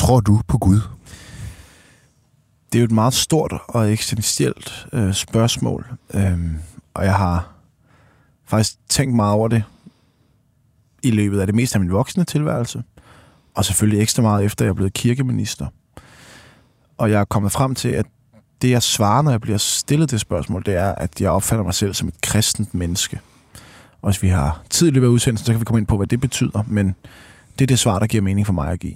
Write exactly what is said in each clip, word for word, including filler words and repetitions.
Tror du på Gud? Det er jo et meget stort og eksistentielt øh, spørgsmål, øhm, og jeg har faktisk tænkt meget over det i løbet af det meste af min voksne tilværelse, og selvfølgelig ekstra meget efter, jeg er blevet kirkeminister. Og jeg er kommet frem til, at det, jeg svarer, når jeg bliver stillet det spørgsmål, det er, at jeg opfatter mig selv som et kristent menneske. Og hvis vi har tid i løbet af udsendelsen, så kan vi komme ind på, hvad det betyder, men det er det svar, der giver mening for mig at give.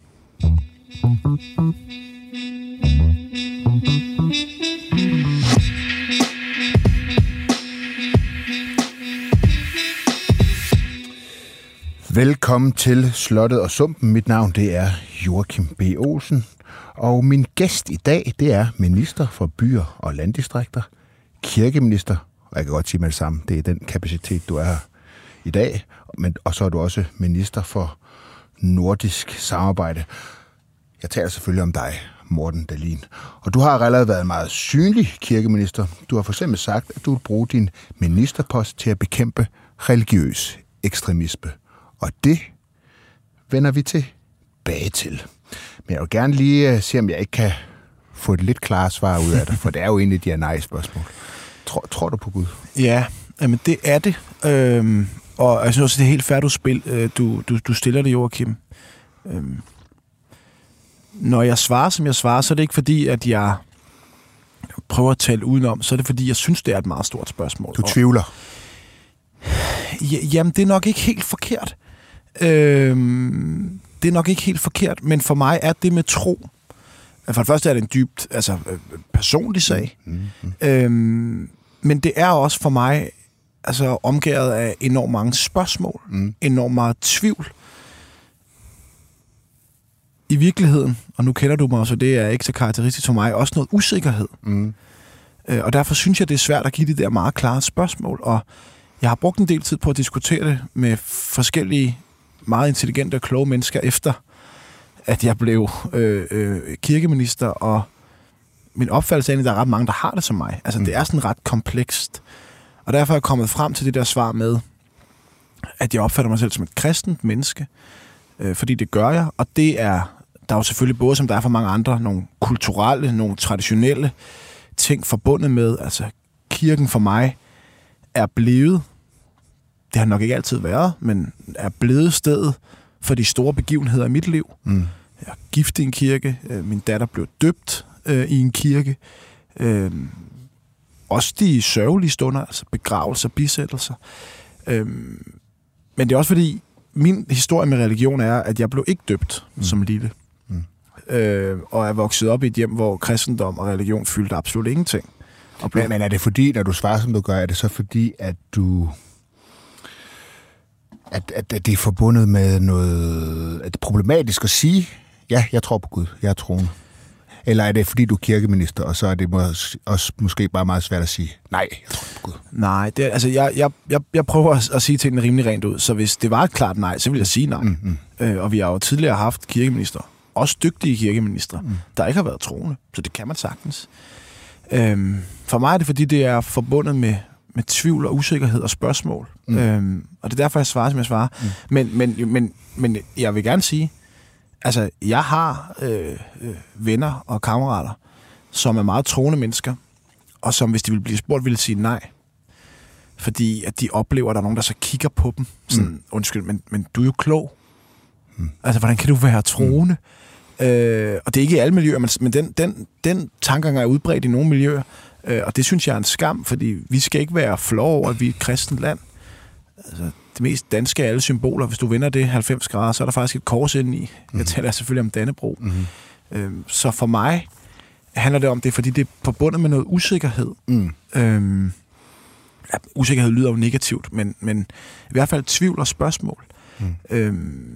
Velkommen til Slottet og Sumpen. Mit navn det er Joachim B. Olsen, og min gæst i dag det er minister for byer og landdistrikter, kirkeminister, og jeg kan godt sige med det samme, det er den kapacitet, du er her i dag, men, og så er du også minister for nordisk samarbejde. Jeg taler selvfølgelig om dig, Morten Dahlin. Og du har allerede været en meget synlig kirkeminister. Du har for eksempel sagt, at du vil bruge din ministerpost til at bekæmpe religiøs ekstremisme. Og det vender vi tilbage til. Men jeg vil gerne lige se, om jeg ikke kan få et lidt klart svar ud af det, for det er jo egentlig et ja-nej-spørgsmål. Tror, tror du på Gud? Ja, men det er det. Øhm, og jeg synes også, det er helt fair, du, spil, du, du, du stiller det, Joachim. Øhm, når jeg svarer, som jeg svarer, så er det ikke fordi, at jeg prøver at tale udenom, så er det fordi, jeg synes, det er et meget stort spørgsmål. Du tvivler? Jamen, det er nok ikke helt forkert. Øhm, det er nok ikke helt forkert, men for mig er det med tro. For det første er det en dybt altså, personlig sag. Mm-hmm. Øhm, men det er også for mig altså, omgået af enormt mange spørgsmål. Mm. Enormt meget tvivl. I virkeligheden, og nu kender du mig, så det er ikke så karakteristisk for mig, også noget usikkerhed. Mm. Øh, og derfor synes jeg, det er svært at give de der meget klare spørgsmål. Og jeg har brugt en del tid på at diskutere det med forskellige meget intelligente og kloge mennesker efter, at jeg blev øh, øh, kirkeminister, og min opfattelse er egentlig, at der er ret mange, der har det som mig. Altså, mm. det er sådan ret komplekst. Og derfor er jeg kommet frem til det der svar med, at jeg opfatter mig selv som et kristent menneske, øh, fordi det gør jeg, og det er, der er jo selvfølgelig både, som der er for mange andre, nogle kulturelle, nogle traditionelle ting forbundet med, altså kirken for mig er blevet, det har nok ikke altid været, men er blevet stedet for de store begivenheder i mit liv. Mm. Jeg er gift i en kirke, min datter blev døbt øh, i en kirke, øh, også de sørgelige stunder, altså begravelser, bisættelser. Øh, men det er også fordi, min historie med religion er, at jeg blev ikke døbt mm. som lille. Mm. Øh, og er vokset op i et hjem, hvor kristendom og religion fyldte absolut ingenting. Men, men er det fordi, når du svarer, som du gør, er det så fordi, at du... At, at, at det er forbundet med noget... Er det problematisk at sige, ja, jeg tror på Gud, jeg er troende? Eller er det fordi, du er kirkeminister, og så er det mås- også måske bare meget svært at sige, nej, jeg tror på Gud? Nej, det er, altså, jeg, jeg, jeg, jeg prøver at, at sige tingene rimelig rent ud, så hvis det var et klart nej, så vil jeg sige nej. Mm-hmm. Øh, og vi har jo tidligere haft kirkeminister, også dygtige kirkeminister, mm. der ikke har været troende, så det kan man sagtens. Øhm, for mig er det, fordi det er forbundet med, med tvivl og usikkerhed og spørgsmål. Mm. Øhm, og det er derfor, jeg svarer, som jeg svarer. Mm. Men, men, men, men jeg vil gerne sige, altså, jeg har øh, øh, venner og kammerater, som er meget troende mennesker, og som, hvis de ville blive spurgt, ville sige nej. Fordi at de oplever, at der er nogen, der så kigger på dem. Sådan, mm. undskyld, men, men du er jo klog. Mm. Altså, hvordan kan du være troende? Mm. Øh, og det er ikke i alle miljøer, men, men den, den, den tankegang er udbredt i nogle miljøer, øh, og det synes jeg er en skam, fordi vi skal ikke være flove over, at vi er et kristent land. Altså, det mest danske af alle symboler, hvis du vender det halvfems grader, så er der faktisk et kors inde i. Mm. Jeg taler selvfølgelig om Dannebrog. Mm. Øh, så for mig handler det om det, fordi det er forbundet med noget usikkerhed. Mm. Øh, ja, usikkerhed lyder jo negativt, men, men i hvert fald tvivl og spørgsmål. Mm. Øh,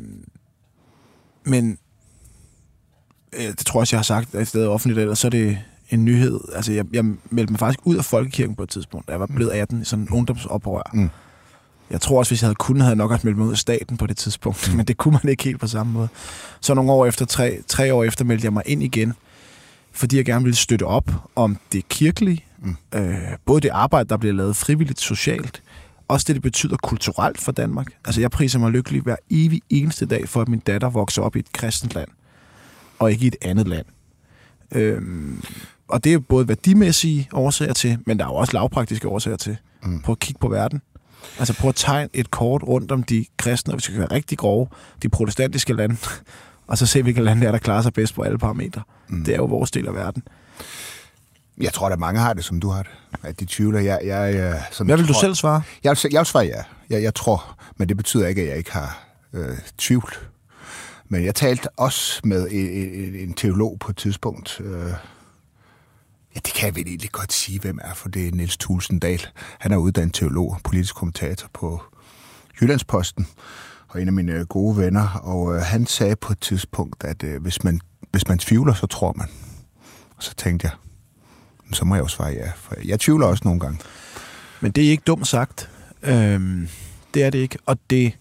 men det tror jeg også, jeg har sagt et sted offentligt, ellers så er det en nyhed. Altså, jeg, jeg meldte mig faktisk ud af folkekirken på et tidspunkt, da jeg var blevet atten i sådan en ungdomsoprør. Mm. Jeg tror også, hvis jeg havde kunnet, havde jeg nok også meldt mig ud af staten på det tidspunkt, mm. men det kunne man ikke helt på samme måde. Så nogle år efter, tre, tre år efter, meldte jeg mig ind igen, fordi jeg gerne ville støtte op om det kirkelige, mm. øh, både det arbejde, der bliver lavet frivilligt, socialt, også det, det betyder kulturelt for Danmark. Altså, jeg priser mig lykkelig hver evig eneste dag for, at min datter vokser op i et kristent land. og ikke i et andet land. Øhm, og det er både værdimæssige årsager til, men der er jo også lavpraktiske årsager til. Mm. Prøv at kigge på verden. Altså prøv at tegne et kort rundt om de kristne, hvis vi skal være rigtig grove, de protestantiske lande, og så se, hvilke lande er, der klarer sig bedst på alle parametre. Mm. Det er jo vores del af verden. Jeg tror, at mange har det, som du har det. At de tvivler. Jeg, jeg, jeg, som Hvad vil tror, du selv svare? Jeg, jeg vil svare ja. Jeg, jeg tror, men det betyder ikke, at jeg ikke har øh, tvivl. Men jeg talte også med en, en, en teolog på et tidspunkt. Øh, ja, det kan jeg vel egentlig godt sige, hvem er, for det er Niels Thulesen Dahl. Han er uddannet teolog, politisk kommentator på Jyllandsposten, og en af mine gode venner. Og øh, han sagde på et tidspunkt, at øh, hvis, man, hvis man tvivler, så tror man. Og så tænkte jeg, så må jeg jo svare ja. For jeg tvivler også nogle gange. Men det er ikke dumt sagt. Øhm, det er det ikke. Og det...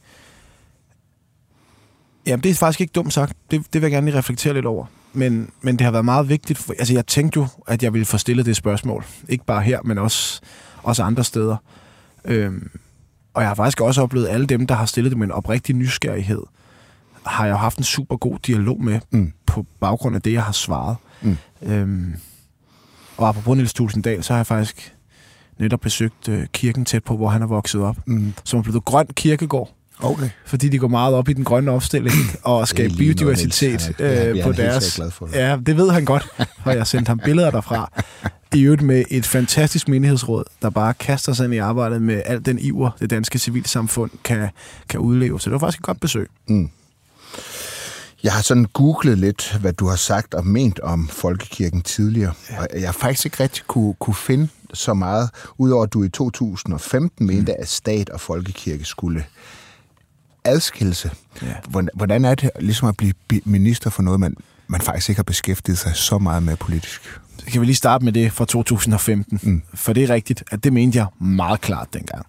Jamen, det er faktisk ikke dumt sagt. Det, det vil jeg gerne lige reflektere lidt over. Men, men det har været meget vigtigt. For, altså, jeg tænkte jo, at jeg ville få stillet det spørgsmål. Ikke bare her, men også, også andre steder. Øhm, og jeg har faktisk også oplevet, alle dem, der har stillet det med en oprigtig nysgerrighed, har jeg haft en super god dialog med mm. på baggrund af det, jeg har svaret. Mm. Øhm, og apropos Niels Thulesen Dahl, så har jeg faktisk netop besøgt øh, kirken tæt på, hvor han er vokset op, mm. som er blevet Grøn Kirkegård. Okay. Fordi de går meget op i den grønne opstilling og skabe biodiversitet noget, øh, på deres... Ja, det ved han godt, og jeg sendte ham billeder derfra. I øvrigt med et fantastisk menighedsråd, der bare kaster sig ind i arbejdet med al den iver, det danske civilsamfund kan, kan udleve. Så det var faktisk et godt besøg. Mm. Jeg har sådan googlet lidt, hvad du har sagt og ment om folkekirken tidligere, ja. Og jeg har faktisk ikke rigtig kunne, kunne finde så meget, udover at du i to tusind og femten mm. mente, at stat og folkekirke skulle adskillelse. Ja. Hvordan er det ligesom at blive minister for noget, man, man faktisk ikke har beskæftiget sig så meget med politisk? Så kan vi lige starte med det fra to tusind og femten, mm. for det er rigtigt, at det mente jeg meget klart dengang.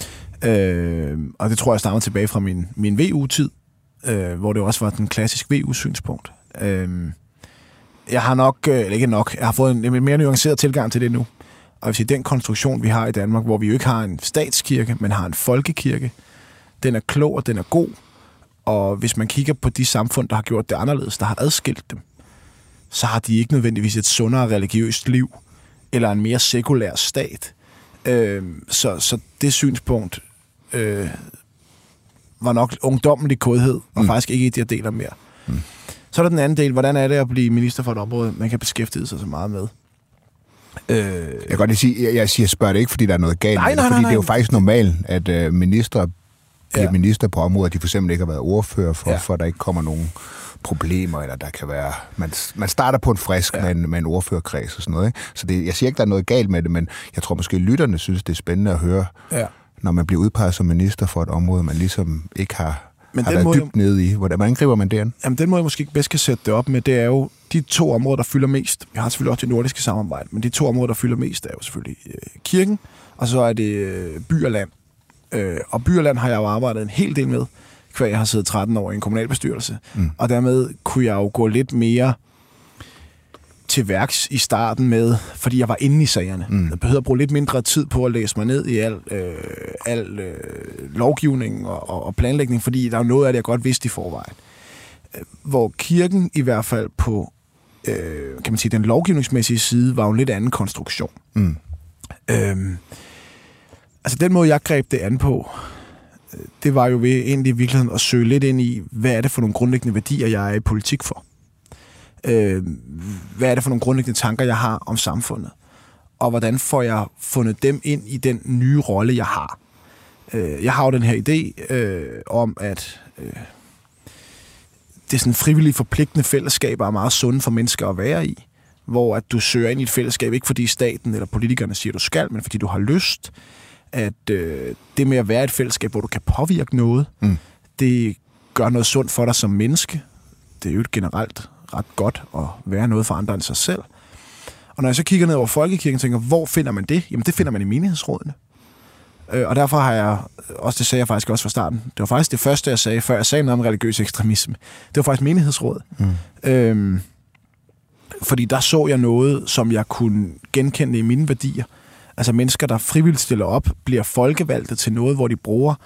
Øh, og det tror jeg stammer tilbage fra min, min V U-tid, øh, hvor det også var den klassiske V U-synspunkt. Øh, jeg har nok, eller ikke nok, jeg har fået en, en mere nuanceret tilgang til det nu. Og jeg vil sige, den konstruktion, vi har i Danmark, hvor vi jo ikke har en statskirke, men har en folkekirke, den er klog, og den er god. Og hvis man kigger på de samfund, der har gjort det anderledes, der har adskilt dem, så har de ikke nødvendigvis et sundere religiøst liv, eller en mere sekulær stat. Øh, så, så det synspunkt øh, var nok ungdommelig kodhed, og mm. faktisk ikke et, jeg deler mere. Mm. Så er der den anden del, hvordan er det at blive minister for et område, man kan beskæftige sig så meget med? Øh, jeg kan godt sige, jeg, jeg siger, spørger det ikke, fordi der er noget galt, nej, nej, fordi nej, nej. det er jo faktisk normalt, at øh, ministre bliver ja. minister på områder, de for eksempel ikke har været ordfører for, ja. for at der ikke kommer nogen problemer, eller der kan være... Man, man starter på en frisk ja. med, en, med en ordførerkreds og sådan noget, ikke? Så det, jeg siger ikke, der er noget galt med det, men jeg tror måske, lytterne synes, det er spændende at høre, ja. når man bliver udpeget som minister for et område, man ligesom ikke har, men har været måde, dybt nede i. Hvordan, hvordan griber man det an? Jamen, den måde, jeg måske bedst kan sætte det op med, det er jo de to områder, der fylder mest. Jeg har selvfølgelig også det nordiske samarbejde, men de to områder, der fylder mest, er jo selvfølgelig øh, kirken, og så er det øh, by og land. Øh, og by og land har jeg jo arbejdet en hel del med, hver jeg har siddet tretten år i en kommunalbestyrelse. Mm. Og dermed kunne jeg jo gå lidt mere til værks i starten med, fordi jeg var inde i sagerne. Mm. Jeg behøvede at bruge lidt mindre tid på at læse mig ned i al, øh, al øh, lovgivning og, og, og planlægning, fordi der er noget af det, jeg godt vidste i forvejen. Hvor kirken i hvert fald på øh, kan man sige, den lovgivningsmæssige side var jo en lidt anden konstruktion. Mm. Øhm, altså den måde, jeg greb det an på, det var jo ved egentlig i virkeligheden at søge lidt ind i, hvad er det for nogle grundlæggende værdier, jeg er i politik for? Øh, hvad er det for nogle grundlæggende tanker, jeg har om samfundet? Og hvordan får jeg fundet dem ind i den nye rolle, jeg har? Øh, jeg har jo den her idé øh, om, at øh, det er sådan frivillige forpligtende fællesskaber er meget sunde for mennesker at være i, hvor at du søger ind i et fællesskab, ikke fordi staten eller politikerne siger, du skal, men fordi du har lyst. At øh, det med at være et fællesskab, hvor du kan påvirke noget, mm. det gør noget sundt for dig som menneske. Det er jo generelt ret godt at være noget for andre end sig selv. Og når jeg så kigger ned over folkekirken og tænker, hvor finder man det? Jamen det finder man i menighedsrådene. Øh, og derfor har jeg, også det sagde jeg faktisk også fra starten, det var faktisk det første, jeg sagde, før jeg sagde noget om religiøs ekstremisme. Det var faktisk menighedsråd. Mm. Øh, fordi der så jeg noget, som jeg kunne genkende i mine værdier. Altså mennesker, der frivilligt stiller op, bliver folkevalgte til noget, hvor de bruger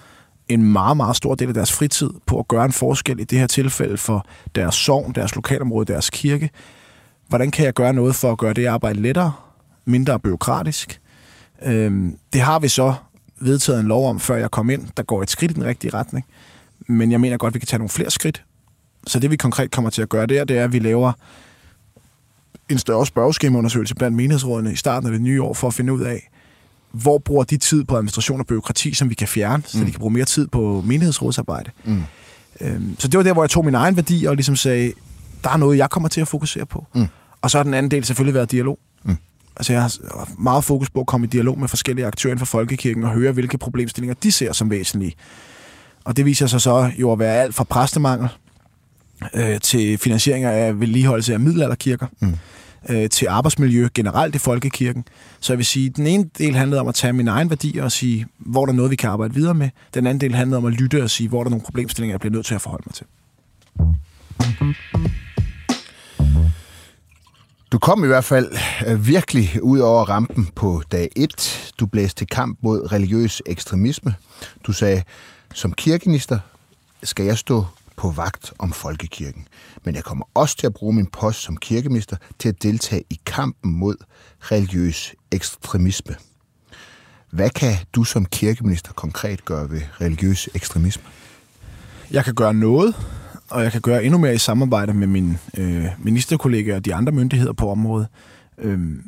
en meget, meget stor del af deres fritid på at gøre en forskel i det her tilfælde for deres sogn, deres lokalområde, deres kirke. Hvordan kan jeg gøre noget for at gøre det arbejde lettere, mindre bureaukratisk? Øhm, det har vi så vedtaget en lov om, før jeg kom ind, der går et skridt i den rigtige retning. Men jeg mener godt, at vi kan tage nogle flere skridt. Så det, vi konkret kommer til at gøre der, det er, at vi laver en større spørgeskemaundersøgelse blandt menighedsrådene i starten af det nye år, for at finde ud af, hvor bruger de tid på administration og bureaukrati, som vi kan fjerne, så mm. de kan bruge mere tid på menighedsrådsarbejde. Mm. Øhm, så det var der, hvor jeg tog min egen værdi og ligesom sagde, der er noget, jeg kommer til at fokusere på. Mm. Og så har den anden del selvfølgelig været dialog. Mm. Altså jeg har meget fokus på at komme i dialog med forskellige aktører inden for folkekirken og høre, hvilke problemstillinger de ser som væsentlige. Og det viser sig så jo at være alt fra præstemangel øh, til finansiering af vedligeholdelse af middelalderkirker, mm. øh, til arbejdsmiljø generelt i folkekirken. Så jeg vil sige, den ene del handlede om at tage mine egne værdier og sige, hvor der er noget, vi kan arbejde videre med. Den anden del handlede om at lytte og sige, hvor der er nogle problemstillinger, jeg bliver nødt til at forholde mig til. Du kom i hvert fald virkelig ud over rampen på dag et. Du blæste til kamp mod religiøs ekstremisme. Du sagde, som kirkeminister skal jeg stå på vagt om folkekirken. Men jeg kommer også til at bruge min post som kirkeminister til at deltage i kampen mod religiøs ekstremisme. Hvad kan du som kirkeminister konkret gøre ved religiøs ekstremisme? Jeg kan gøre noget, og jeg kan gøre endnu mere i samarbejde med mine øh, ministerkollegaer og de andre myndigheder på området. Øhm,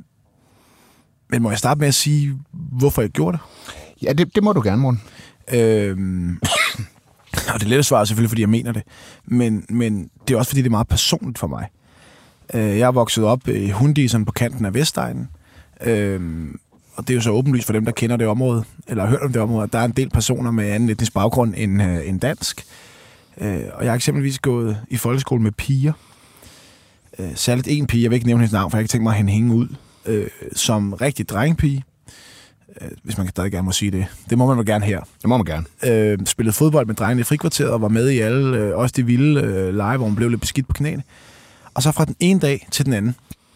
men må jeg starte med at sige, hvorfor jeg gjorde det? Ja, det, det må du gerne, Morten. Øhm, og det lette svar er selvfølgelig, fordi jeg mener det. Men, men det er også, fordi det er meget personligt for mig. Øh, jeg er vokset op i Hundi, sådan på kanten af Vestegnen. Øhm, og det er jo så åbenlyst for dem, der kender det område, eller har hørt om det område, at der er en del personer med anden etnisk baggrund end, øh, end dansk. Øh, og jeg har eksempelvis gået i folkeskole med piger. Øh, særligt en pige, jeg vil ikke nævne hendes navn, for jeg kan tænke mig at hende hænge ud, øh, som rigtig drengepige. Øh, hvis man stadig gerne må sige det. Det må man vel gerne her. Det må man gerne. Øh, spillede fodbold med drengene i frikvarteret og var med i alle, øh, også de vilde øh, lege, hvor hun blev lidt beskidt på knæene. Og så fra den ene dag til den anden,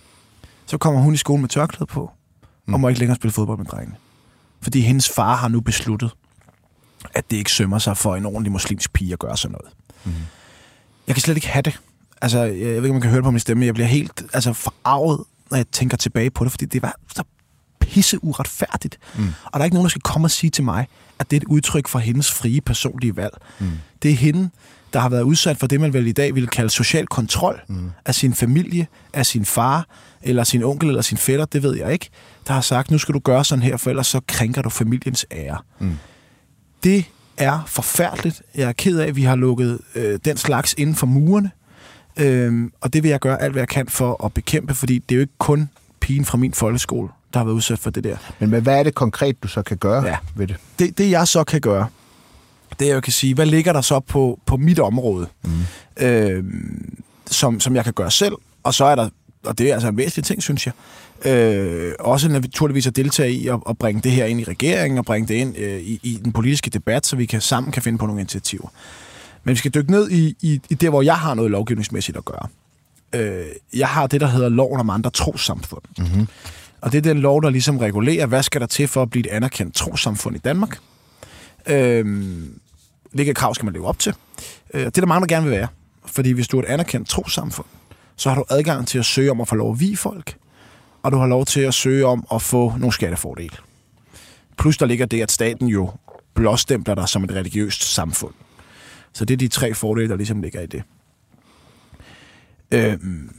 så kommer hun i skole med tørklæde på, mm. og må ikke længere spille fodbold med drengene. Fordi hendes far har nu besluttet, at det ikke sømmer sig for en ordentlig muslimsk pige at gøre sådan noget. Mm. Jeg kan slet ikke have det. Altså, jeg ved ikke, om man kan høre det på min stemme. Jeg bliver helt altså, forarvet, når jeg tænker tilbage på det, fordi det var så pisse uretfærdigt. Mm. Og der er ikke nogen, der skal komme og sige til mig, at det er et udtryk for hendes frie personlige valg. Mm. Det er hende, der har været udsat for det, man vel i dag ville kalde social kontrol mm. af sin familie, af sin far, eller sin onkel, eller sin fætter, det ved jeg ikke, der har sagt, nu skal du gøre sådan her, for ellers så krænker du familiens ære. Mm. Det er forfærdeligt. Jeg er ked af, at vi har lukket øh, den slags inden for murene, øhm, og det vil jeg gøre alt, hvad jeg kan for at bekæmpe, fordi det er jo ikke kun pigen fra min folkeskole, der har været udsat for det der. Men hvad er det konkret, du så kan gøre ja. ved det? det? Det, jeg så kan gøre, det er, jeg kan sige, hvad ligger der så på, på mit område, mm. øh, som, som jeg kan gøre selv, og så er der, og det er altså en væsentlig ting, synes jeg, øh, også naturligvis at deltage i at, at bringe det her ind i regeringen, og bringe det ind øh, i, i den politiske debat, så vi kan sammen kan finde på nogle initiativer. Men vi skal dykke ned i, i, i det, hvor jeg har noget lovgivningsmæssigt at gøre. Øh, jeg har det, der hedder loven om andre trossamfund. Mm-hmm. Og det er den lov, der ligesom regulerer, hvad skal der til for at blive et anerkendt trossamfund i Danmark. Øh, hvilke krav skal man leve op til? Øh, det er der mange, der gerne vil være. Fordi hvis du er et anerkendt trossamfund, så har du adgang til at søge om at få lov at vie folk, og du har lov til at søge om at få nogle skattefordele. Plus der ligger det, at staten jo blåstempler dig som et religiøst samfund. Så det er de tre fordele, der ligesom ligger i det. Øhm.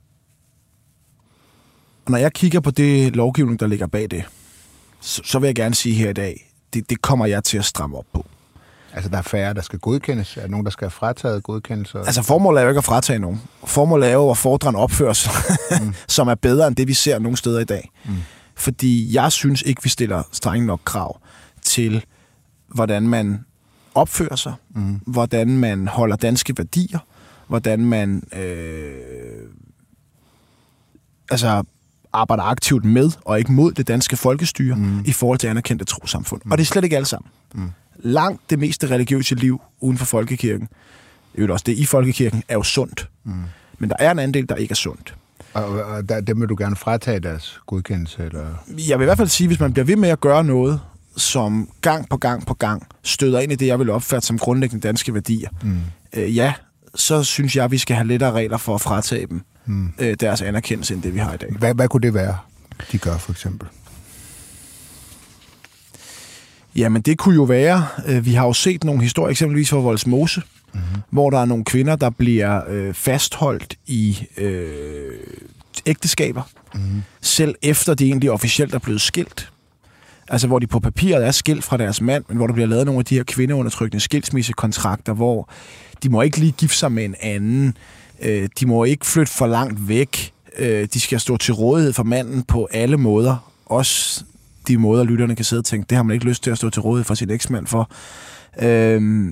Og når jeg kigger på det lovgivning, der ligger bag det, så, så vil jeg gerne sige her i dag, det, det kommer jeg til at stramme op på. Altså, der er færre, der skal godkendes? Er der nogen, der skal have frataget godkendelser? Altså, formålet er jo ikke at fratage nogen. Formålet er jo at fordre en opførsel, mm. som er bedre end det, vi ser nogle steder i dag. Mm. Fordi jeg synes ikke, vi stiller strenge nok krav til, hvordan man opfører sig, mm. hvordan man holder danske værdier, hvordan man øh, altså arbejder aktivt med og ikke mod det danske folkestyre mm. i forhold til anerkendte trossamfund. Mm. Og det er slet ikke alle sammen. Mm. Langt det meste religiøse liv uden for folkekirken, det er jo også det i folkekirken, er jo sundt. Mm. Men der er en anden del, der ikke er sundt. Og, og der, dem vil du gerne fratage deres godkendelse? Eller? Jeg vil i hvert fald sige, hvis man bliver ved med at gøre noget, som gang på gang på gang støder ind i det, jeg vil opfatte som grundlæggende danske værdier, mm. øh, ja, så synes jeg, at vi skal have lettere regler for at fratage dem mm. øh, deres anerkendelse, end det, vi har i dag. Hvad, hvad kunne det være, de gør for eksempel? Jamen, det kunne jo være, øh, vi har jo set nogle historier, eksempelvis fra Vollsmose, mm-hmm. hvor der er nogle kvinder, der bliver øh, fastholdt i øh, ægteskaber, mm-hmm. selv efter de egentlig officielt er blevet skilt. Altså, hvor de på papiret er skilt fra deres mand, men hvor der bliver lavet nogle af de her kvindeundertrykkende skilsmissekontrakter, hvor de må ikke lige gifte sig med en anden, øh, de må ikke flytte for langt væk, øh, de skal stå til rådighed for manden på alle måder, også de måder, lytterne kan sidde og tænke, det har man ikke lyst til at stå til rådighed for sin eksmand for. Øhm,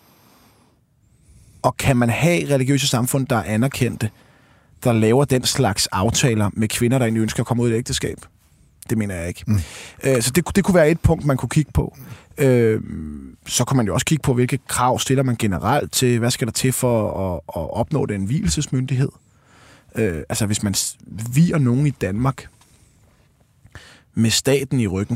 og kan man have religiøse samfund, der er anerkendte, der laver den slags aftaler med kvinder, der egentlig ønsker at komme ud i et ægteskab? Det mener jeg ikke. Mm. Øh, så det, det kunne være et punkt, man kunne kigge på. Øh, så kan man jo også kigge på, hvilke krav stiller man generelt til, hvad skal der til for at, at opnå den vielsesmyndighed? Øh, altså, hvis man vier nogen i Danmark med staten i ryggen,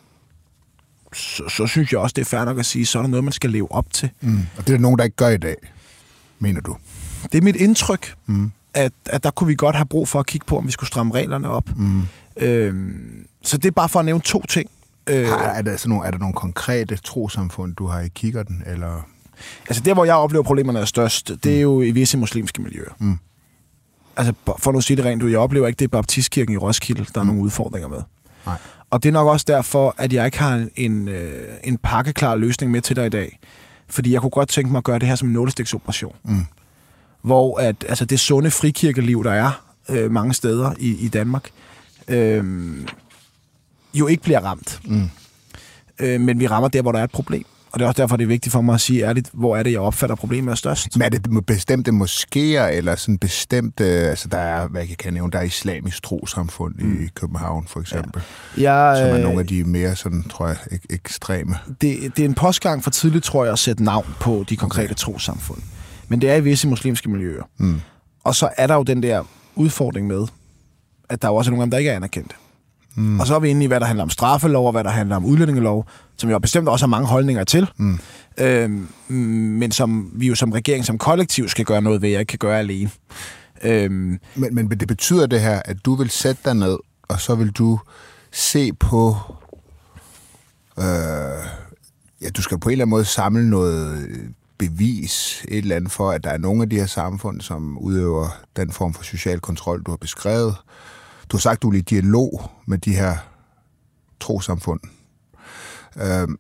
så, så synes jeg også, det er fair nok at sige, så er der noget, man skal leve op til. Mm. Og det er der nogen, der ikke gør i dag, mener du? Det er mit indtryk, mm. at, at der kunne vi godt have brug for at kigge på, om vi skulle stramme reglerne op. Mm. Øhm, så det er bare for at nævne to ting. Øh, er, er, der nogle, er der nogle konkrete trossamfund, du har i kikkerten? Eller? Altså der, hvor jeg oplever problemerne er størst, det er jo i visse muslimske miljøer. Mm. Altså for nu at sige det rent ud, jeg oplever ikke, det er Baptistkirken i Roskilde, der er mm. nogle udfordringer med. Nej. Og det er nok også derfor, at jeg ikke har en, øh, en pakkeklar løsning med til dig i dag. Fordi jeg kunne godt tænke mig at gøre det her som en nålestiksoperation. Mm. Hvor at, altså det sunde frikirkeliv, der er øh, mange steder i, i Danmark, øh, jo ikke bliver ramt. Mm. Øh, men vi rammer der, hvor der er et problem. Og det er også derfor, det er vigtigt for mig at sige ærligt, hvor er det, jeg opfatter problemet er størst. Men er det bestemte moskéer, eller sådan bestemte, altså der er, hvad jeg kan nævne, der er islamisk trosamfund mm. i København, for eksempel, ja. Jeg, som er øh, nogle af de mere, sådan, tror jeg, ek- ekstreme. Det, det er en postgang for tidligt, tror jeg, at sætte navn på de konkrete okay. trosamfund. Men det er i visse muslimske miljøer. Mm. Og så er der jo den der udfordring med, at der er også nogle af dem, der ikke er anerkendte. Mm. Og så er vi inde i, hvad der handler om straffelov, og hvad der handler om udlændingelov, som jo bestemt også har mange holdninger til, mm. øhm, men som vi jo som regering, som kollektiv skal gøre noget ved, jeg ikke kan gøre alene. Øhm. Men, men det betyder det her, at du vil sætte dig ned, og så vil du se på, øh, ja, du skal på en eller anden måde samle noget bevis, et eller andet for, at der er nogle af de her samfund, som udøver den form for social kontrol, du har beskrevet. Du har sagt, at du er i dialog med de her trosamfund. Øhm,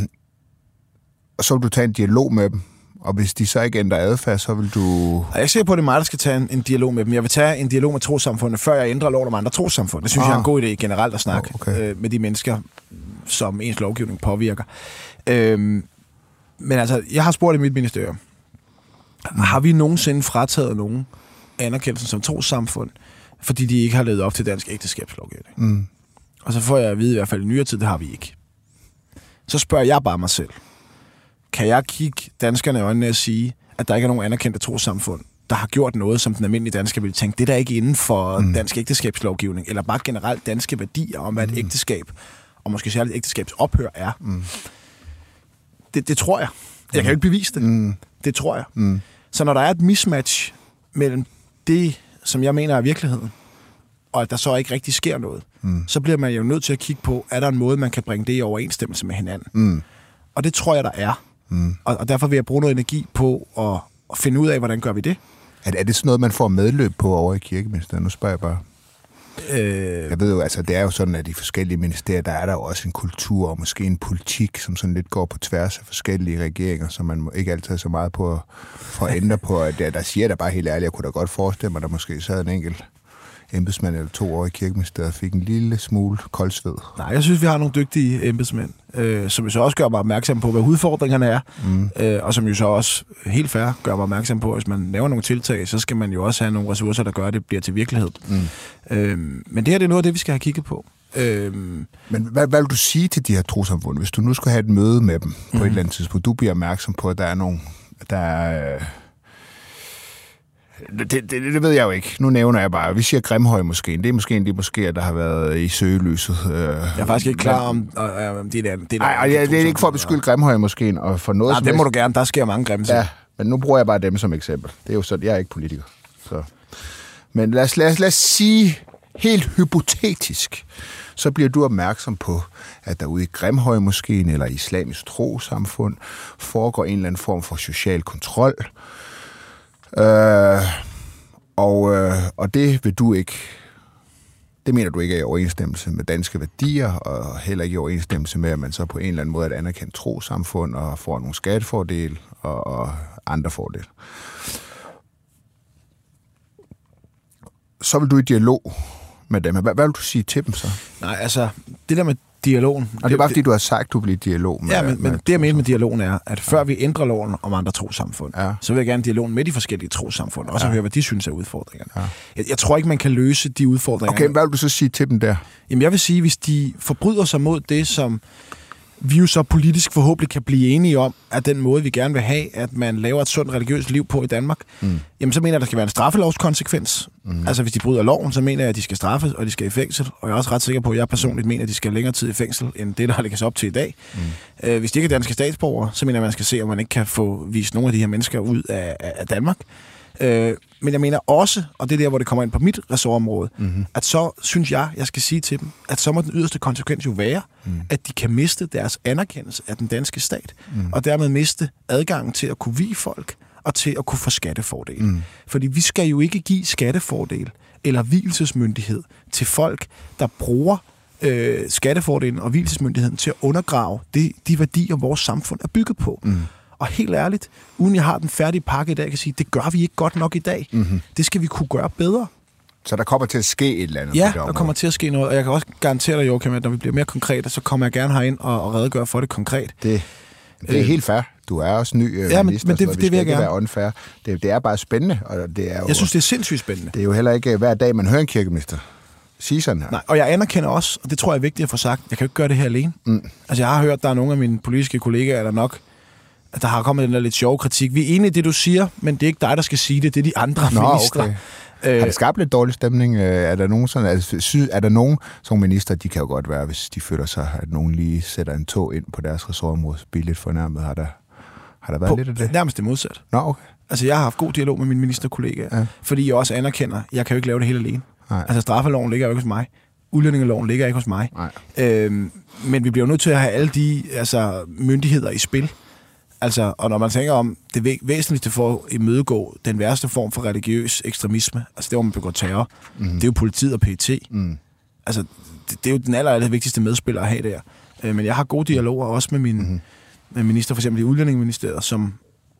og så vil du tage en dialog med dem, og hvis de så ikke ændrer adfærd, så vil du... Jeg er ikke sikker på, at det er mig, der skal tage en, en dialog med dem. Jeg vil tage en dialog med trosamfundet, før jeg ændrer lov om andre trosamfund. Det synes ah. jeg er en god idé generelt at snakke okay. øh, med de mennesker, som ens lovgivning påvirker. Øhm, men altså, jeg har spurgt i mit ministerium, mm. har vi nogensinde frataget nogen anerkendelsen som trosamfund, fordi de ikke har levet op til dansk ægteskabslovgivning. Mm. Og så får jeg at vide, i hvert fald i nyere tid, det har vi ikke. Så spørger jeg bare mig selv, kan jeg kigge danskerne i øjnene og sige, at der ikke er nogen anerkendte trosamfund, der har gjort noget, som den almindelige dansker ville tænke, det er der ikke inden for mm. dansk ægteskabslovgivning, eller bare generelt danske værdier om, hvad et mm. ægteskab, og måske særligt ægteskabsophør er. Mm. Det, det tror jeg. Jeg kan jo ikke bevise det. Mm. Det tror jeg. Mm. Så når der er et mismatch mellem det, som jeg mener er virkeligheden, og at der så ikke rigtig sker noget, mm. så bliver man jo nødt til at kigge på, er der en måde, man kan bringe det i overensstemmelse med hinanden. Mm. Og det tror jeg, der er. Mm. Og, og derfor vil jeg bruge noget energi på at, at finde ud af, hvordan gør vi det. Er, er det sådan noget, man får medløb på over i Kirkeministeriet? Nu spørger jeg bare. Øh... Jeg ved jo, altså det er jo sådan, at i forskellige ministerier, der er der jo også en kultur og måske en politik, som sådan lidt går på tværs af forskellige regeringer, som man ikke altid har så meget på at, for at ændre på. At der, der siger der bare helt ærligt, jeg kunne da godt forestille mig, at der måske sad en enkelt embedsmand eller to år i Kirkeministeriet og fik en lille smule koldsved. Nej, jeg synes, vi har nogle dygtige embedsmænd, øh, som jo så også gør mig opmærksom på, hvad udfordringerne er, mm. øh, og som jo så også helt fair gør mig opmærksom på, at hvis man laver nogle tiltag, så skal man jo også have nogle ressourcer, der gør, at det bliver til virkelighed. Mm. Øh, men det her det er noget af det, vi skal have kigget på. Øh, men hvad, hvad vil du sige til de her trosamfund, hvis du nu skulle have et møde med dem på mm. et eller andet tidspunkt? Du bliver opmærksom på, at der er nogle... Der er, Det, det, det ved jeg jo ikke. Nu nævner jeg bare. Vi siger Grimhøjmoskeen. Det er måske en af de moskéer, der har været i søgelyset. Jeg er faktisk ikke klar om, om det der. Det Nej, det, det er ikke for at beskylde Grimhøjmoskeen og for noget. Nej, det må du gerne. Der sker mange grimme ting. Ja, men nu bruger jeg bare dem som eksempel. Det er jo sådan, jeg er ikke politiker. Så. Men lad os, lad, os, lad os sige helt hypotetisk, så bliver du opmærksom på, at der ude i Grimhøjmoskeen eller Islamisk Trossamfund foregår en eller anden form for social kontrol. Øh, og, øh, og det vil du ikke, det mener du ikke er i overensstemmelse med danske værdier, og heller ikke i overensstemmelse med, at man så på en eller anden måde er et anerkendt trossamfund og får nogle skattefordele og, og andre fordele. Så vil du i dialog med dem. Hvad, hvad vil du sige til dem så? Nej, altså, det der med dialogen... Og det er bare fordi, du har sagt, du vil i dialog med... Ja, men, men det jeg mener med dialogen er, at før vi ændrer loven om andre trossamfund, ja. så vil jeg gerne dialogen med de forskellige trossamfund, også ja. høre, hvad de synes er udfordringerne. Ja. Jeg, jeg tror ikke, man kan løse de udfordringer. Okay, hvad vil du så sige til dem der? Jamen, jeg vil sige, hvis de forbryder sig mod det, som vi jo så politisk forhåbentlig kan blive enige om, at den måde, vi gerne vil have, at man laver et sundt religiøst liv på i Danmark, mm. jamen så mener jeg, at der skal være en straffelovskonsekvens. Mm. Altså hvis de bryder loven, så mener jeg, at de skal straffes, og de skal i fængsel. Og jeg er også ret sikker på, at jeg personligt mener, at de skal længere tid i fængsel, end det, der lægges op til i dag. Mm. Øh, hvis de ikke er danske statsborgere, så mener jeg, at man skal se, om man ikke kan få vist nogle af de her mennesker ud af, af Danmark. Øh, men jeg mener også, og det er der, hvor det kommer ind på mit ressortområde, mm-hmm. at så synes jeg, jeg skal sige til dem, at så må den yderste konsekvens jo være, mm. at de kan miste deres anerkendelse af den danske stat, mm. og dermed miste adgangen til at kunne vie folk, og til at kunne få skattefordele. Mm. Fordi vi skal jo ikke give skattefordel eller vielsesmyndighed til folk, der bruger øh, skattefordelen og vielsesmyndigheden til at undergrave det, de værdier, vores samfund er bygget på. Mm. Og helt ærligt, uden jeg har den færdige pakke i dag, kan jeg sige, det gør vi ikke godt nok i dag. Mm-hmm. Det skal vi kunne gøre bedre. Så der kommer til at ske et eller andet? Ja, der kommer til at ske noget, og jeg kan også garantere dig, Joachim, at når vi bliver mere konkrete, så kommer jeg gerne herind og, og redegøre for det konkret. Det, det er øh, helt fair. Du er også ny øh, ja, men, minister, men det, så det vi skal vil ikke gerne være unfair. Det, det er bare spændende. Og det er jo, jeg synes, det er sindssygt spændende. Det er jo heller ikke hver dag, man hører en kirkeminister sige sådan her. Nej, og jeg anerkender også, og det tror jeg er vigtigt at få sagt, jeg kan jo ikke gøre det her alene. Mm. Altså jeg har hørt, der er nogle af mine politiske kollegaer, der nok at der har kommet den der lidt sjove kritik. Vi er enige i det, du siger, men det er ikke dig, der skal sige det. Det er de andre Nå, ministre. Okay. Øh, har det skabt lidt dårlig stemning? Er der nogen sådan, altså, er der nogen som minister, de kan jo godt være, hvis de føler sig, at nogen lige sætter en tog ind på deres ressortområde, bliver lidt fornærmet. Har der, har der været på, lidt af det? Nærmest det modsat. Nå, okay. Altså, jeg har haft god dialog med mine ministerkollegaer, ja. fordi jeg også anerkender, jeg kan jo ikke lave det hele alene. Nej. Altså, straffeloven ligger jo ikke hos mig. Udlændingeloven ligger ikke hos mig. Øhm, men vi bliver jo nødt til at have alle de altså, myndigheder i spil. Altså, og når man tænker om det væsentligste for at imødegå den værste form for religiøs ekstremisme, altså det, hvor man begår terror, mm. det er jo politiet og P E T. Mm. Altså, det, det er jo den aller, aller vigtigste medspiller at have der. Øh, men jeg har gode dialoger også med min mm. med minister, for eksempel i Udlændingeministeriet, som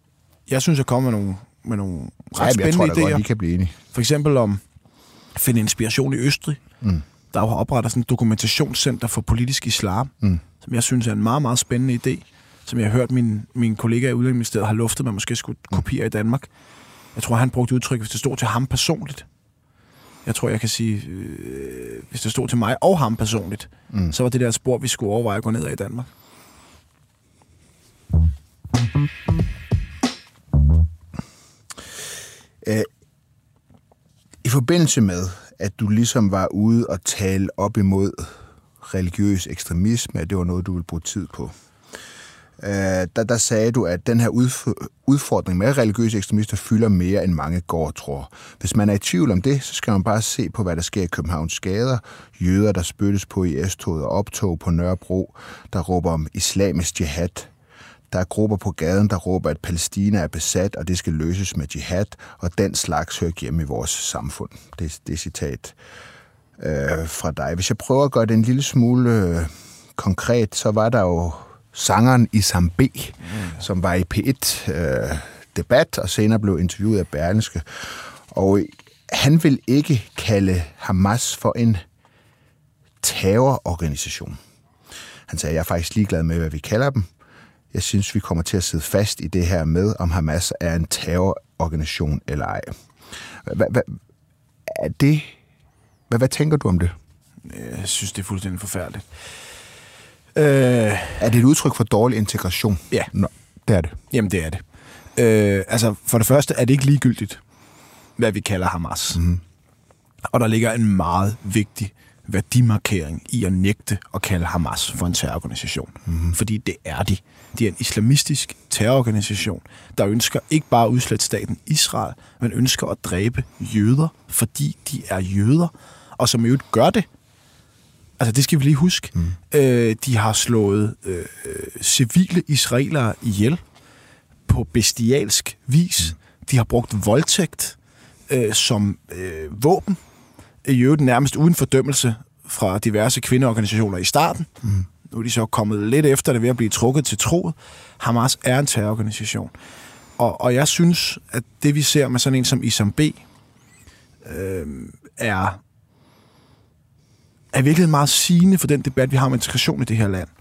jeg synes er kommet med nogle, med nogle ret ja, spændende jeg tror, idéer. Godt, kan blive enige. For eksempel om at finde inspiration i Østrig. Mm. Der har oprettet sådan et dokumentationscenter for politisk islam, mm. som jeg synes er en meget, meget spændende idé, som jeg har hørt min, min kollega i Udlændingeministeriet har luftet, man måske skulle kopiere i Danmark. Jeg tror, han brugte udtryk, hvis det stod til ham personligt. Jeg tror, jeg kan sige, øh, hvis det stod til mig og ham personligt, mm. så var det der spor, vi skulle overveje at gå ned ad i Danmark. Æh, I forbindelse med, at du ligesom var ude og tale op imod religiøs ekstremisme, at det var noget, du ville bruge tid på, Uh, der, der sagde du, at den her udfordring med religiøse ekstremister fylder mere, end mange går og tror. Hvis man er i tvivl om det, så skal man bare se på, hvad der sker i Københavns gader. Jøder, der spyttes på i S-toget og optog på Nørrebro, der råber om islamisk jihad. Der er grupper på gaden, der råber, at Palæstina er besat, og det skal løses med jihad, og den slags hører hjemme i vores samfund. Det, det er citat uh, fra dig. Hvis jeg prøver at gøre det en lille smule uh, konkret, så var der jo sangeren Isam B, mm. som var i P et øh, debat, og senere blev interviewet af Berlingske. Og han vil ikke kalde Hamas for en terrororganisation. Han sagde, jeg er faktisk ligeglad med, hvad vi kalder dem. Jeg synes, vi kommer til at sidde fast i det her med, om Hamas er en terrororganisation eller ej. Hvad, hvad, er det, hvad, hvad tænker du om det? Jeg synes, det er fuldstændig forfærdeligt. Øh, er det et udtryk for dårlig integration? Ja. Nå, det er det. Jamen, det er det. Øh, altså, for det første er det ikke ligegyldigt. hvad vi kalder Hamas. Mm. Og der ligger en meget vigtig værdimarkering i at nægte at kalde Hamas for en terrororganisation. Mm. Fordi det er de. De er en islamistisk terrororganisation, der ønsker ikke bare at udslette staten Israel, men ønsker at dræbe jøder, fordi de er jøder, og som i øvrigt gør det. Altså, det skal vi lige huske. Mm. Øh, de har slået øh, civile israelere ihjel på bestialsk vis. Mm. De har brugt voldtægt øh, som øh, våben. I øvrigt nærmest uden fordømmelse fra diverse kvindeorganisationer i starten. Mm. Nu er de så kommet lidt efter det ved at blive trukket til troet. Hamas er en terrororganisation. Og, og jeg synes, at det vi ser med sådan en som Isam B, øh, er, er virkelig meget sigende for den debat, vi har om integration i det her land.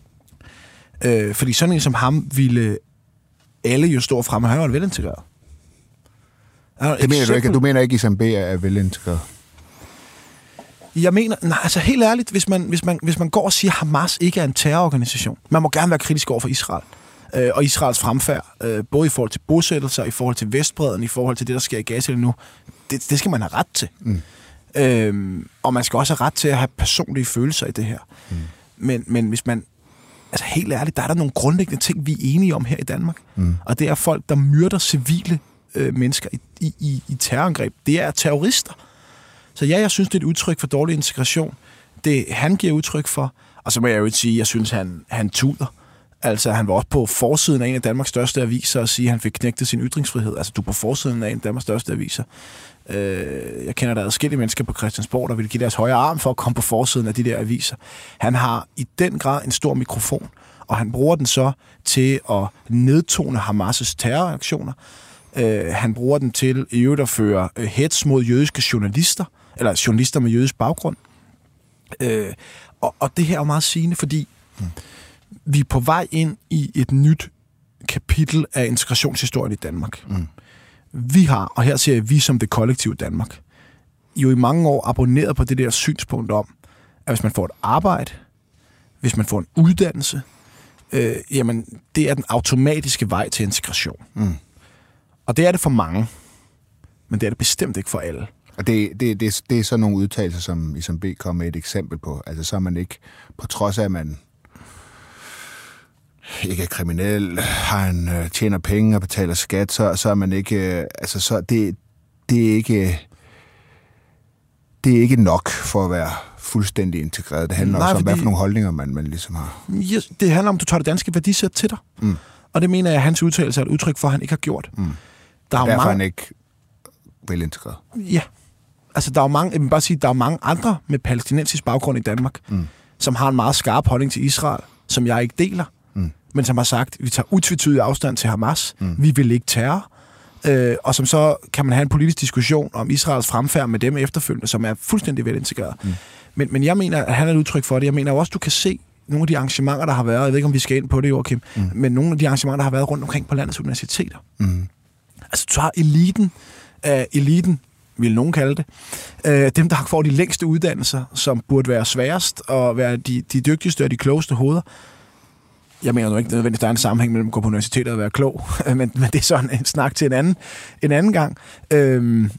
Øh, fordi sådan en som ham ville alle jo stå frem, og han var velintegreret. Det mener du ikke? Du mener ikke, at Isam B er velintegreret? Jeg mener, nej, altså helt ærligt, hvis man, hvis, man, hvis man går og siger, at Hamas ikke er en terrororganisation, man må gerne være kritisk over for Israel øh, og Israels fremfærd, øh, både i forhold til bosættelser, i forhold til Vestbredden, i forhold til det, der sker i Gaza nu. Det, det skal man have ret til. Mm. Øh, og man skal også have ret til at have personlige følelser i det her. Mm. Men, men hvis man, altså helt ærligt, der er der nogle grundlæggende ting, vi er enige om her i Danmark. Mm. Og det er folk, der myrder civile øh, mennesker i, i, i, i terrorangreb. Det er terrorister. Så ja, jeg synes, det er et udtryk for dårlig integration. Det han giver udtryk for, og så må jeg jo ikke sige, at jeg synes, han, han tuder. Altså, han var også på forsiden af en af Danmarks største aviser og sige, at han fik knægtet sin ytringsfrihed. Altså, du er på forsiden af en af Danmarks største aviser. Øh, jeg kender der adskillige mennesker på Christiansborg, der vil give deres højre arm for at komme på forsiden af de der aviser. Han har i den grad en stor mikrofon, og han bruger den så til at nedtone Hamas' terroraktioner. Øh, han bruger den til i øvrigt at føre øh, hets mod jødiske journalister, eller journalister med jødisk baggrund. Øh, og, og det her er meget sigende, fordi mm. vi er på vej ind i et nyt kapitel af integrationshistorien i Danmark. Mm. Vi har, og her ser jeg vi som det kollektive Danmark, jo i mange år abonneret på det der synspunkt om, at hvis man får et arbejde, hvis man får en uddannelse, øh, jamen det er den automatiske vej til integration. Mm. Og det er det for mange, men det er det bestemt ikke for alle. Og det, det, det, det er sådan nogle udtalelser, som Isam B kom med et eksempel på. Altså så er man ikke, på trods af at man ikke er kriminel, har en, tjener penge og betaler skat, så, så er man ikke, altså så det, det er ikke, det er ikke nok for at være fuldstændig integreret. Det handler Nej, også om, fordi, hvad for nogle holdninger man, man ligesom har. Ja, det handler om, at du tager det danske værdisæt til dig. Mm. Og det mener jeg, at hans udtalelse er et udtryk for, at han ikke har gjort. Mm. Der er derfor mange... han ikke velintegreret. Ja. Altså, der er jo mange, jeg vil bare sige, der er mange andre med palæstinensisk baggrund i Danmark, mm. som har en meget skarp holdning til Israel, som jeg ikke deler, mm. men som har sagt, vi tager utvetydig afstand til Hamas, mm. vi vil ikke terror, øh, og som så kan man have en politisk diskussion om Israels fremfærd med dem efterfølgende, som er fuldstændig velintegreret. Mm. Men, men jeg mener, at han er et udtryk for det. Jeg mener også, du kan se nogle af de arrangementer, der har været, jeg ved ikke, om vi skal ind på det, Joachim, mm. men nogle af de arrangementer, der har været rundt omkring på landets universiteter. Mm. Altså, du har eliten af eliten, vil nogen kalde det, øh, dem, der får de længste uddannelser, som burde være sværest, og være de, de dygtigste og de klogeste hoveder. Jeg mener nu ikke nødvendigvis, at der er en sammenhæng mellem at gå på universitetet og være klog, men, men det er sådan en snak til en anden, en anden gang. Øh,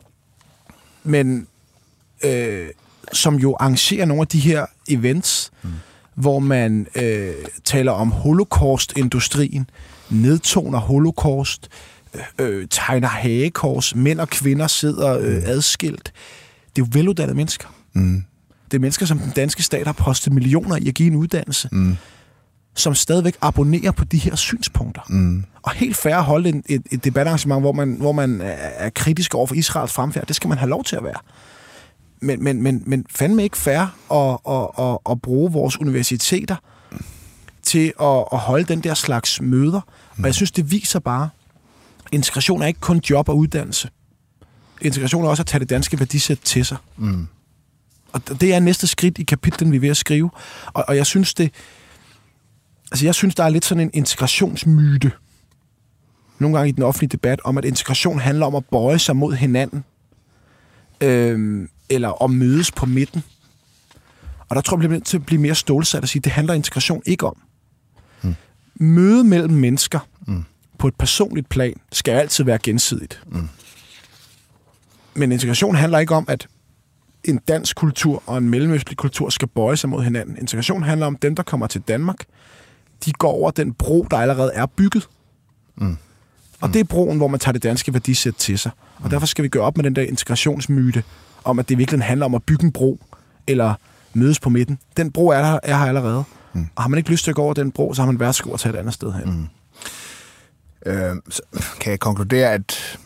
men øh, som jo arrangerer nogle af de her events, mm. hvor man øh, taler om holocaust-industrien, nedtoner holocaust, øh, tegner hagekors, mænd og kvinder sidder øh, adskilt. Det er jo veluddannede mennesker. Mm. Det er mennesker, som den danske stat har postet millioner i at give en uddannelse, mm. som stadigvæk abonnerer på de her synspunkter. Mm. Og helt fair at holde et, et, et debatarrangement, hvor man, hvor man er kritisk over for Israels fremfærd. Det skal man have lov til at være. Men, men, men, men fandme ikke fair at, at, at, at bruge vores universiteter til at, at holde den der slags møder. Mm. Og jeg synes, det viser bare, integration er ikke kun job og uddannelse. Integration er også at tage det danske værdisæt til sig. Mm. Og det er næste skridt i kapitlen, vi er ved at skrive. Og, og jeg synes, det... Altså, jeg synes, der er lidt sådan en integrationsmyte. Nogle gange i den offentlige debat, om at integration handler om at bøje sig mod hinanden. Øhm, eller at mødes på midten. Og der tror jeg, vi bliver nødt til at blive mere stålsat og sige, at det handler integration ikke om. Mm. Møde mellem mennesker mm. på et personligt plan skal altid være gensidigt. Mm. Men integration handler ikke om, at en dansk kultur og en mellemøstlig kultur skal bøje sig mod hinanden. Integration handler om dem, der kommer til Danmark. De går over den bro, der allerede er bygget. Mm. Og det er broen, hvor man tager det danske værdisæt til sig. Og mm. derfor skal vi gøre op med den der integrationsmyte, om at det virkelig handler om at bygge en bro, eller mødes på midten. Den bro er her, er her allerede. Mm. Og har man ikke lyst til at gå over den bro, så har man værsgo at tage et andet sted hen. Mm. Øh, så kan jeg konkludere, at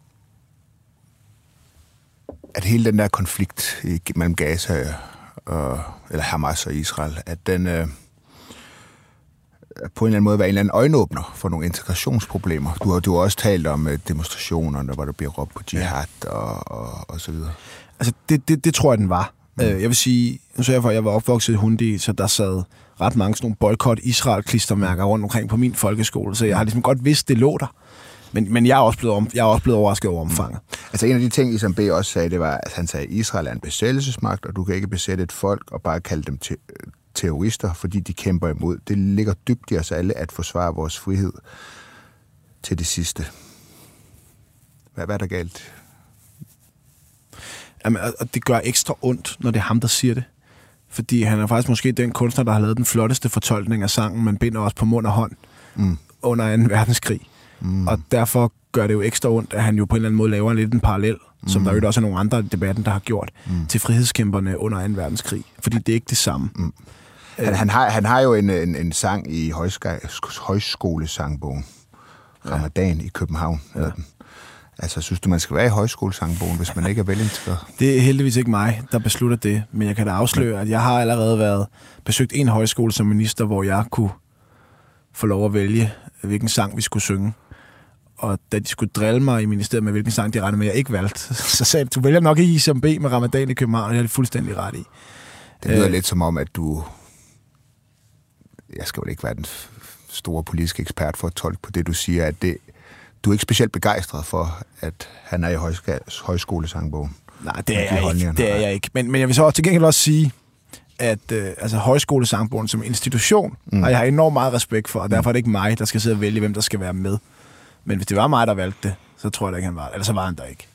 at hele den der konflikt mellem Gaza og, eller Hamas og Israel, at den øh, på en eller anden måde var en eller anden øjenåbner for nogle integrationsproblemer. Du har, du har også talt om demonstrationerne, hvor der bliver råbt på jihad ja. og, og, og så videre. Altså, det, det, det tror jeg, den var. Mm. Jeg vil sige, nu så jeg for, at jeg var opvokset i Hundi, så der sad ret mange sådan nogle boykot-Israel-klistermærker rundt omkring på min folkeskole, så jeg har ligesom godt vidst, det lå der. Men, men jeg, er også blevet om, jeg er også blevet overrasket over omfanget. Mm. Altså en af de ting, Isam B. også sagde, det var, at han sagde, at Israel er en besættelsesmagt, og du kan ikke besætte et folk og bare kalde dem te- terrorister, fordi de kæmper imod. Det ligger dybt i os alle at forsvare vores frihed til det sidste. Hvad, hvad er der galt? Jamen, og det gør ekstra ondt, når det er ham, der siger det. Fordi han er faktisk måske den kunstner, der har lavet den flotteste fortolkning af sangen, man binder os på mund og hånd mm. under anden verdenskrig. Mm. Og derfor gør det jo ekstra ondt, at han jo på en eller anden måde laver lidt en parallel, mm. som der jo også er nogle andre i debatten, der har gjort, mm. til frihedskæmperne under anden verdenskrig. Fordi det er ikke det samme. Mm. Han, han, har, han har jo en, en, en sang i højskolesangbogen, Ramadan ja. i København. Ja. Altså, synes du, man skal være i højskolesangbogen, hvis man ikke er velintegreret? Det er heldigvis ikke mig, der beslutter det, men jeg kan da afsløre, at jeg har allerede været besøgt en højskole som minister, hvor jeg kunne få lov at vælge, hvilken sang vi skulle synge. Og da de skulle drille mig i ministeriet med, hvilken sang de regnede med, jeg ikke valgte, så sagde de, du vælger nok ikke Isam B med Ramadan i København, og det er fuldstændig ret i. Det lyder øh, lidt som om, at du... Jeg skal jo ikke være den store politiske ekspert for at tolke på det, du siger, at det... Du er ikke specielt begejstret for, at han er i højskolesangbogen. Nej, det er jeg ikke. Det er jeg ikke. Men, men jeg vil så også til gengæld også sige, at øh, altså, højskolesangbogen som institution, mm. og jeg har enormt meget respekt for, og derfor er det ikke mig, der skal sidde og vælge, hvem der skal være med. Men hvis det var mig, der valgte det, så tror jeg da ikke, han var. Ellers så var han der ikke.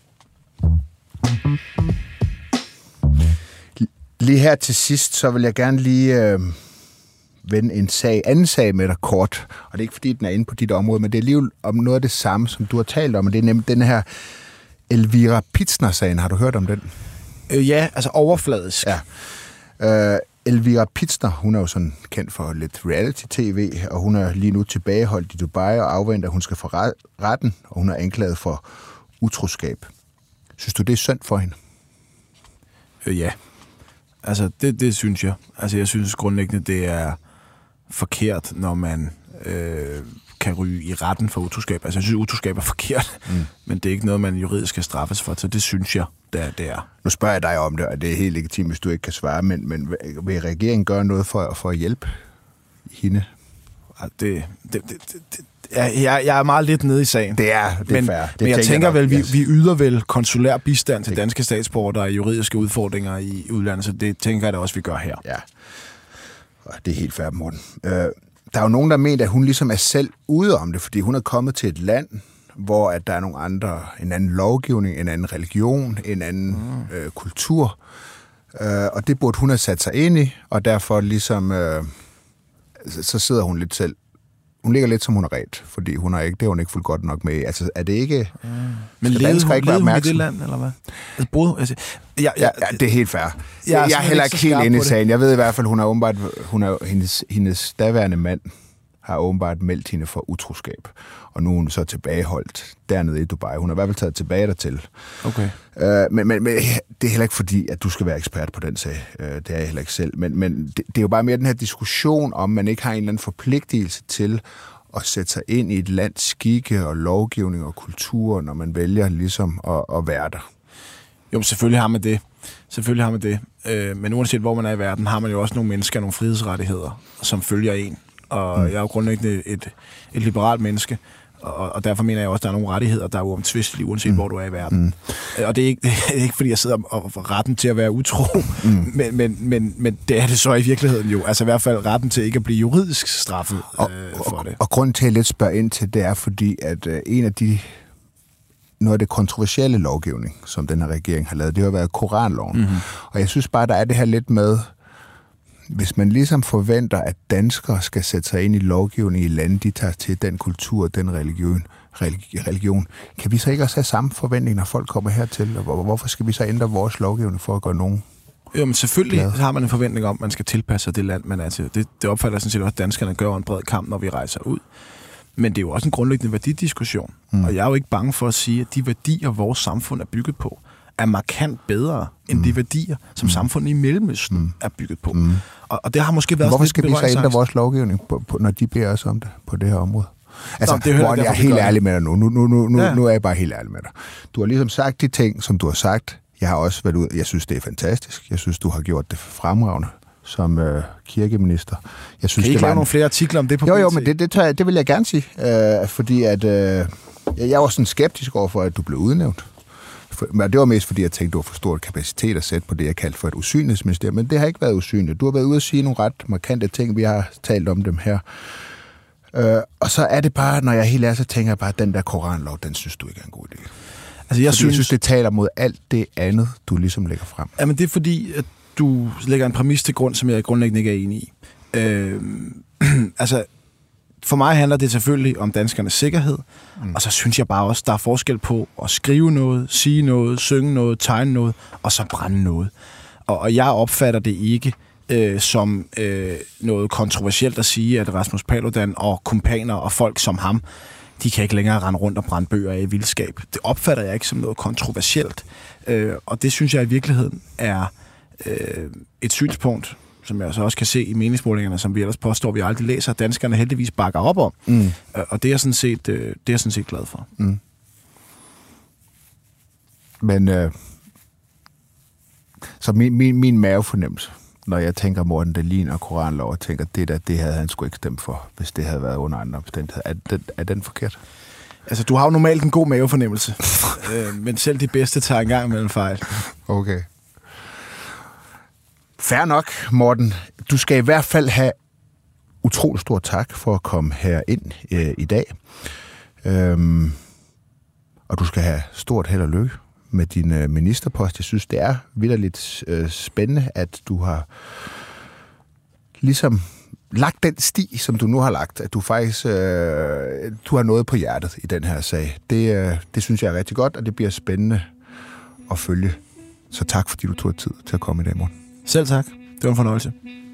Lige her til sidst, så vil jeg gerne lige... Øh vende en sag, anden sag med dig kort, og det er ikke fordi, den er inde på dit område, men det er alligevel om noget af det samme, som du har talt om, og det er nemlig den her Elvira Pitsner-sagen. Har du hørt om den? Øh, ja, altså overfladisk. Ja. Øh, Elvira Pitsner, hun er jo sådan kendt for lidt reality-tv, og hun er lige nu tilbageholdt i Dubai og afventer, at hun skal få retten, og hun er anklaget for utroskab. Synes du, det er synd for hende? Øh, ja. Altså, det, det synes jeg. Altså, jeg synes grundlæggende, det er forkert, når man øh, kan ryge i retten for utroskab. Altså, jeg synes, utroskab er forkert, mm. men det er ikke noget, man juridisk skal straffes for, så det synes jeg, det er. Det er. Nu spørger jeg dig om det, og det er helt legitimt, hvis du ikke kan svare, men, men vil regeringen gøre noget for, for at hjælpe hende? Det, det, det, det, jeg, jeg er meget lidt nede i sagen. Det er, det er men, fair. Det men jeg tænker jeg vel, vi, vi yder vel konsulær bistand til danske statsborgere, der er juridiske udfordringer i udlandet, så det tænker jeg da også, vi gør her. Ja, det er helt fair, Morten. Øh, der er jo nogen, der mener, at hun ligesom er selv ude om det, fordi hun er kommet til et land, hvor at der er nogle andre, en anden lovgivning, en anden religion, en anden mm. øh, kultur, øh, og det burde hun have sat sig ind i, og derfor ligesom, øh, så sidder hun lidt selv. Hun ligger lidt som hun er ret, fordi hun er ikke, det er hun ikke fuldt godt nok med. Altså, er det ikke... Mm. Men levede hun, levede hun i det land, eller hvad? Altså, boede, altså, ja, ja, ja, det er helt fair. Jeg, jeg, jeg er heller ikke helt inde i sagen. Jeg ved i hvert fald, hun er åbenbart... Hun er, hendes, hendes daværende mand har åbenbart meldt hende for utroskab. Og nu er hun så tilbageholdt dernede i Dubai. Hun har i hvert fald taget tilbage dertil. Okay. Øh, men, men, men det er heller ikke fordi, at du skal være ekspert på den sag. Øh, det er jeg heller ikke selv. Men, men det, det er jo bare mere den her diskussion om, man ikke har en eller anden forpligtelse til at sætte sig ind i et lands skikke og lovgivning og kultur, når man vælger ligesom at, at være der. Jo, selvfølgelig har man det. Selvfølgelig har man det. Øh, men uanset hvor man er i verden, har man jo også nogle mennesker, nogle frihedsrettigheder, som følger en. Og mm. jeg er jo grundlæggende et, et liberalt menneske, og, og derfor mener jeg også, at der er nogle rettigheder, der er uomtvistelige, uanset mm. hvor du er i verden. Mm. Og det er, ikke, det er ikke, fordi jeg sidder og får retten til at være utro, mm. men, men, men, men det er det så i virkeligheden jo. Altså i hvert fald retten til ikke at blive juridisk straffet og, øh, for og, det. Og grunden til, at jeg lidt spørger ind til, det er fordi, at øh, en af de noget af det kontroversielle lovgivning, som den her regering har lavet, det har været koranloven. Mm-hmm. Og jeg synes bare, der er det her lidt med, hvis man ligesom forventer, at danskere skal sætte sig ind i lovgivning i lande, de tager til den kultur, den religion, religion, kan vi så ikke også have samme forventning, når folk kommer hertil? Og hvorfor skal vi så ændre vores lovgivning for at gøre nogen? Jo, men selvfølgelig glade? Har man en forventning om, at man skal tilpasse sig det land, man er til. Det, det opfatter sådan set også, at danskerne gør en bred kamp, når vi rejser ud. Men det er jo også en grundlæggende værdidiskussion. Mm. Og jeg er jo ikke bange for at sige, at de værdier, vores samfund er bygget på, er markant bedre end mm. de værdier, som mm. samfundet i Mellemøsten mm. er bygget på. Mm. Og, og det har måske været... Hvorfor skal vi så ændre vores lovgivning, på, på, når de beder os om det på det her område? Altså, Nå, det hører, jeg er helt ærlig med dig nu. Nu, nu, nu, nu, ja. nu er jeg bare helt ærlig med dig. Du har ligesom sagt de ting, som du har sagt. Jeg har også været ud. Jeg synes, det er fantastisk. Jeg synes, du har gjort det fremragende som øh, kirkeminister. Jeg synes, kan I ikke lave en... nogle flere artikler om det på Jo, jo, men det, det, jeg, det vil jeg gerne sige. Øh, fordi at, øh, jeg var sådan skeptisk over for, at du blev udnævnt. For, men det var mest fordi, jeg tænkte, du var for stor kapacitet at sætte på det, jeg kaldte for et usynlighedsministerium. Men det har ikke været usynligt. Du har været ude at sige nogle ret markante ting. Vi har talt om dem her. Øh, og så er det bare, når jeg er helt ærlig, så tænker jeg bare, at den der koranlov, den synes du ikke er en god idé. Altså, jeg, synes, jeg synes, det taler mod alt det andet, du ligesom lægger frem. Jamen, det er fordi, at du lægger en præmis til grund, som jeg grundlæggende ikke er enig i. Øh, altså, for mig handler det selvfølgelig om danskernes sikkerhed, mm. og så synes jeg bare også, der er forskel på at skrive noget, sige noget, synge noget, tegne noget, og så brænde noget. Og, og jeg opfatter det ikke øh, som øh, noget kontroversielt at sige, at Rasmus Paludan og kumpaner og folk som ham, de kan ikke længere rende rundt og brænde bøger af i vildskab. Det opfatter jeg ikke som noget kontroversielt, øh, og det synes jeg i virkeligheden er øh, et synspunkt, som jeg så også kan se i meningsmålingerne, som vi ellers påstår, vi aldrig læser, at danskerne heldigvis bakker op om. Mm. Og det er jeg sådan set, øh, det er jeg sådan set glad for. Mm. Men øh, så min, min, min mavefornemmelse, når jeg tænker Morten Dahlin og koranlov, og tænker, det der, det havde han sgu ikke stemt for, hvis det havde været under andre omstændigheder. Er den, er den forkert? Altså, du har jo normalt en god mavefornemmelse, øh, men selv de bedste tager en gang imellem fejl. Okay. Fair nok, Morten. Du skal i hvert fald have utrolig stor tak for at komme her ind øh, i dag. Øhm, og du skal have stort held og lykke med din øh, ministerpost. Jeg synes, det er vitterligt øh, spændende, at du har ligesom lagt den sti, som du nu har lagt. At du faktisk øh, du har noget på hjertet i den her sag. Det, øh, det synes jeg er rigtig godt, og det bliver spændende at følge. Så tak, fordi du tog tid til at komme i dag, Morten. Selv tak. Det var en fornøjelse.